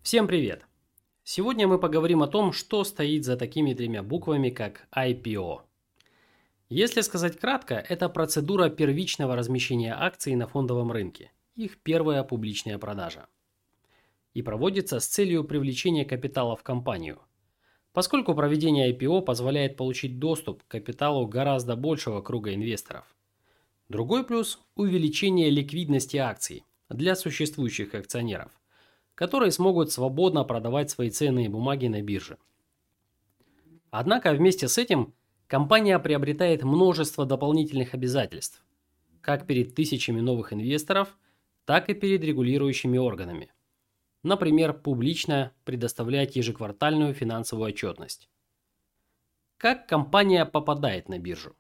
Всем привет! Сегодня мы поговорим о том, что стоит за такими тремя буквами, как IPO. Если сказать кратко, это процедура первичного размещения акций на фондовом рынке, их первая публичная продажа. И проводится с целью привлечения капитала в компанию, поскольку проведение IPO позволяет получить доступ к капиталу гораздо большего круга инвесторов. Другой плюс – увеличение ликвидности акций для существующих акционеров, которые смогут свободно продавать свои ценные бумаги на бирже. Однако вместе с этим компания приобретает множество дополнительных обязательств, как перед тысячами новых инвесторов, так и перед регулирующими органами. Например, публично предоставлять ежеквартальную финансовую отчетность. Как компания попадает на биржу?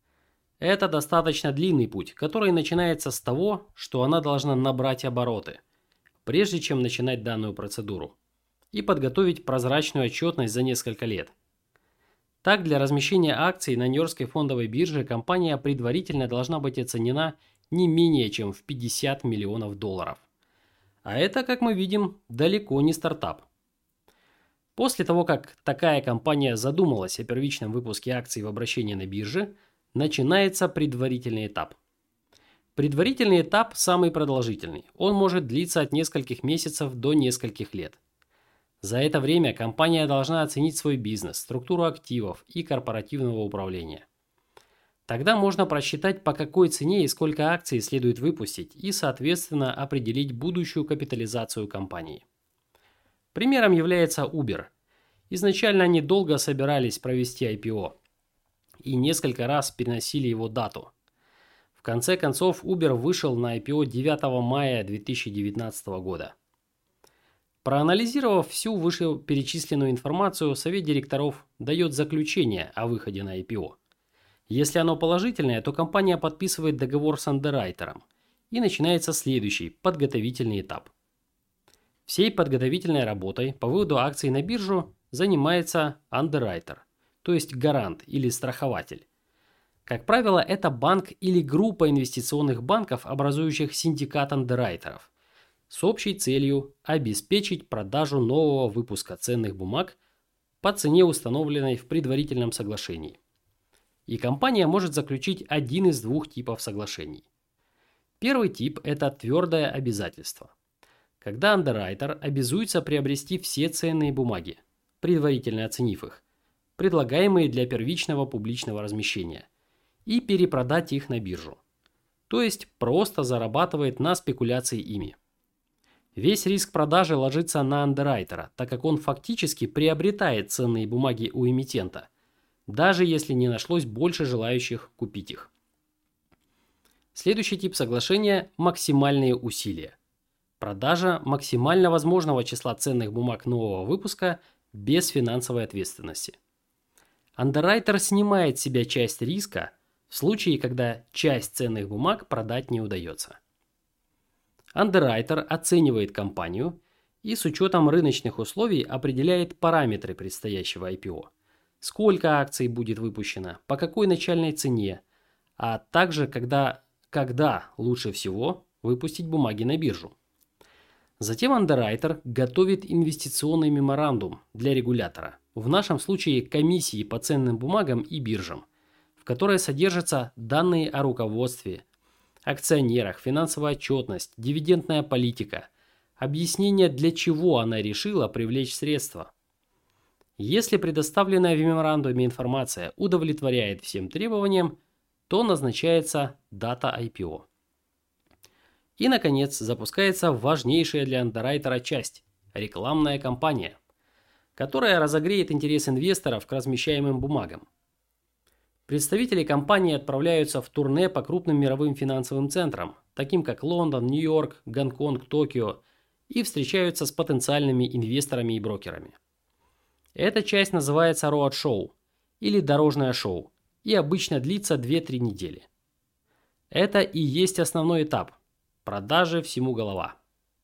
Это достаточно длинный путь, который начинается с того, что она должна набрать обороты, прежде чем начинать данную процедуру, и подготовить прозрачную отчетность за несколько лет. Так, для размещения акций на Нью-Йоркской фондовой бирже компания предварительно должна быть оценена не менее чем в $50 миллионов. А это, как мы видим, далеко не стартап. После того, как такая компания задумалась о первичном выпуске акций в обращение на бирже, начинается предварительный этап. Предварительный этап самый продолжительный. Он может длиться от нескольких месяцев до нескольких лет. За это время компания должна оценить свой бизнес, структуру активов и корпоративного управления. Тогда можно просчитать, по какой цене и сколько акций следует выпустить, и, соответственно, определить будущую капитализацию компании. Примером является Uber. Изначально они долго собирались провести IPO и несколько раз переносили его дату. В конце концов, Uber вышел на IPO 9 мая 2019 года. Проанализировав всю вышеперечисленную информацию, совет директоров дает заключение о выходе на IPO. Если оно положительное, то компания подписывает договор с андеррайтером, и начинается следующий, подготовительный этап. Всей подготовительной работой по выводу акций на биржу занимается андеррайтер, то есть гарант или страхователь. Как правило, это банк или группа инвестиционных банков, образующих синдикат андеррайтеров, с общей целью обеспечить продажу нового выпуска ценных бумаг по цене, установленной в предварительном соглашении. И компания может заключить один из двух типов соглашений. Первый тип – это твердое обязательство, когда андеррайтер обязуется приобрести все ценные бумаги, предварительно оценив их, предлагаемые для первичного публичного размещения, и перепродать их на биржу. То есть просто зарабатывает на спекуляции ими. Весь риск продажи ложится на андеррайтера, так как он фактически приобретает ценные бумаги у эмитента, даже если не нашлось больше желающих купить их. Следующий тип соглашения – максимальные усилия. Продажа максимально возможного числа ценных бумаг нового выпуска без финансовой ответственности. Андеррайтер снимает с себя часть риска в случае, когда часть ценных бумаг продать не удается. Андеррайтер оценивает компанию и с учетом рыночных условий определяет параметры предстоящего IPO. Сколько акций будет выпущено, по какой начальной цене, а также когда лучше всего выпустить бумаги на биржу. Затем андеррайтер готовит инвестиционный меморандум для регулятора, в нашем случае комиссии по ценным бумагам и биржам, в которой содержатся данные о руководстве, акционерах, финансовая отчетность, дивидендная политика, объяснение, для чего она решила привлечь средства. Если предоставленная в меморандуме информация удовлетворяет всем требованиям, то назначается дата IPO. И, наконец, запускается важнейшая для андеррайтера часть – рекламная кампания, которая разогреет интерес инвесторов к размещаемым бумагам. Представители компании отправляются в турне по крупным мировым финансовым центрам, таким как Лондон, Нью-Йорк, Гонконг, Токио, и встречаются с потенциальными инвесторами и брокерами. Эта часть называется роад-шоу или дорожное шоу и обычно длится 2-3 недели. Это и есть основной этап – продажи всему голова.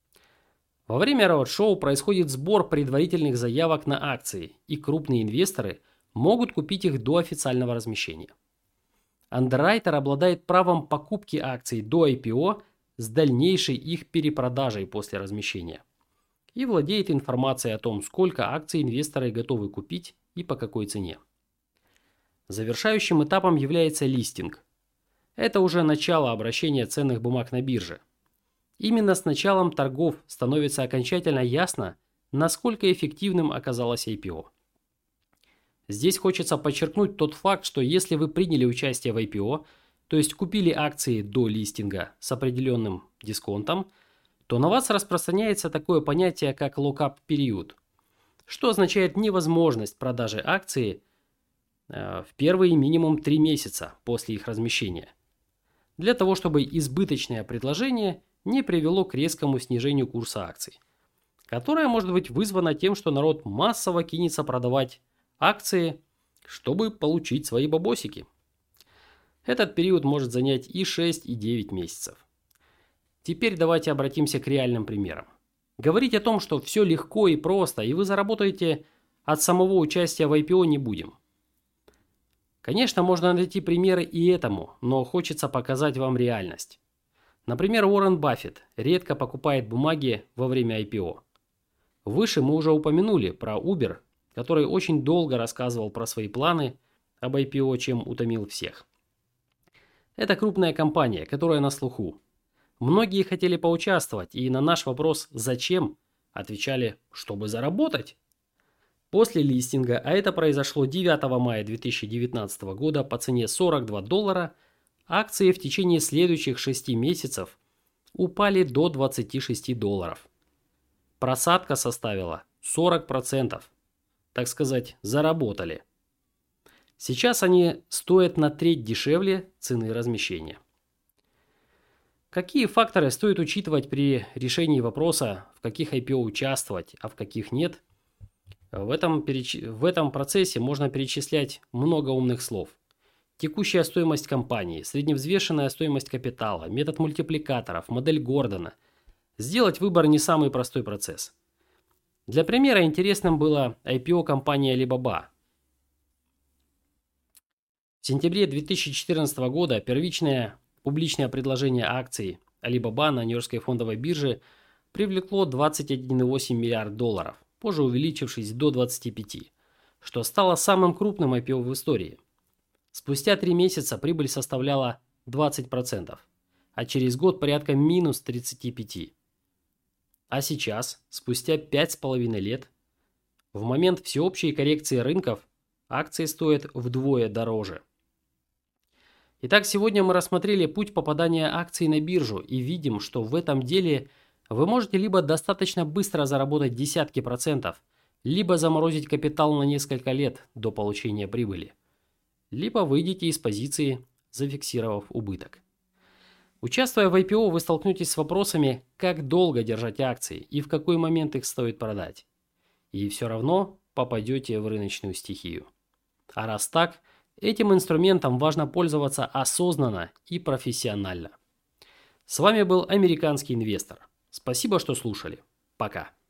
Во время роад-шоу происходит сбор предварительных заявок на акции, и крупные инвесторы могут купить их до официального размещения. Андеррайтер обладает правом покупки акций до IPO с дальнейшей их перепродажей после размещения. и владеет информацией о том, сколько акций инвесторы готовы купить и по какой цене. Завершающим этапом является листинг. Это уже начало обращения ценных бумаг на бирже. Именно с началом торгов становится окончательно ясно, насколько эффективным оказалось IPO. Здесь хочется подчеркнуть тот факт, что если вы приняли участие в IPO, то есть купили акции до листинга с определенным дисконтом, то на вас распространяется такое понятие, как локап период, что означает невозможность продажи акции в первые минимум 3 месяца после их размещения, для того чтобы избыточное предложение не привело к резкому снижению курса акций, которое может быть вызвано тем, что народ массово кинется продавать акции, чтобы получить свои бабосики. Этот период может занять и 6, и 9 месяцев. Теперь давайте обратимся к реальным примерам. Говорить о том, что все легко и просто, и вы заработаете от самого участия в IPO, не будем. Конечно, можно найти примеры и этому, но хочется показать вам реальность. Например, Уоррен Баффет редко покупает бумаги во время IPO. Выше мы уже упомянули про Uber, который очень долго рассказывал про свои планы об IPO, чем утомил всех. Это крупная компания, которая на слуху. Многие хотели поучаствовать, и на наш вопрос «Зачем?» отвечали «Чтобы заработать». После листинга, а это произошло 9 мая 2019 года по цене $42, акции в течение следующих 6 месяцев упали до $26. Просадка составила 40%. Так сказать, заработали. Сейчас они стоят на треть дешевле цены размещения. Какие факторы стоит учитывать при решении вопроса, в каких IPO участвовать, а в каких нет? В этом процессе можно перечислять много умных слов. Текущая стоимость компании, средневзвешенная стоимость капитала, метод мультипликаторов, модель Гордона. Сделать выбор не самый простой процесс. Для примера интересным было IPO компании Alibaba. В сентябре 2014 года первичное публичное предложение акций Alibaba на Нью-Йоркской фондовой бирже привлекло $21,8 миллиарда, позже увеличившись до 25, что стало самым крупным IPO в истории. Спустя 3 месяца прибыль составляла 20%, а через год порядка минус 35%. А сейчас, спустя 5,5 лет, в момент всеобщей коррекции рынков, акции стоят вдвое дороже. Итак, сегодня мы рассмотрели путь попадания акций на биржу и видим, что в этом деле вы можете либо достаточно быстро заработать десятки процентов, либо заморозить капитал на несколько лет до получения прибыли, либо выйдете из позиции, зафиксировав убыток. Участвуя в IPO, вы столкнетесь с вопросами, как долго держать акции и в какой момент их стоит продать. И все равно попадете в рыночную стихию. А раз так, этим инструментом важно пользоваться осознанно и профессионально. С вами был Американский инвестор. Спасибо, что слушали. Пока.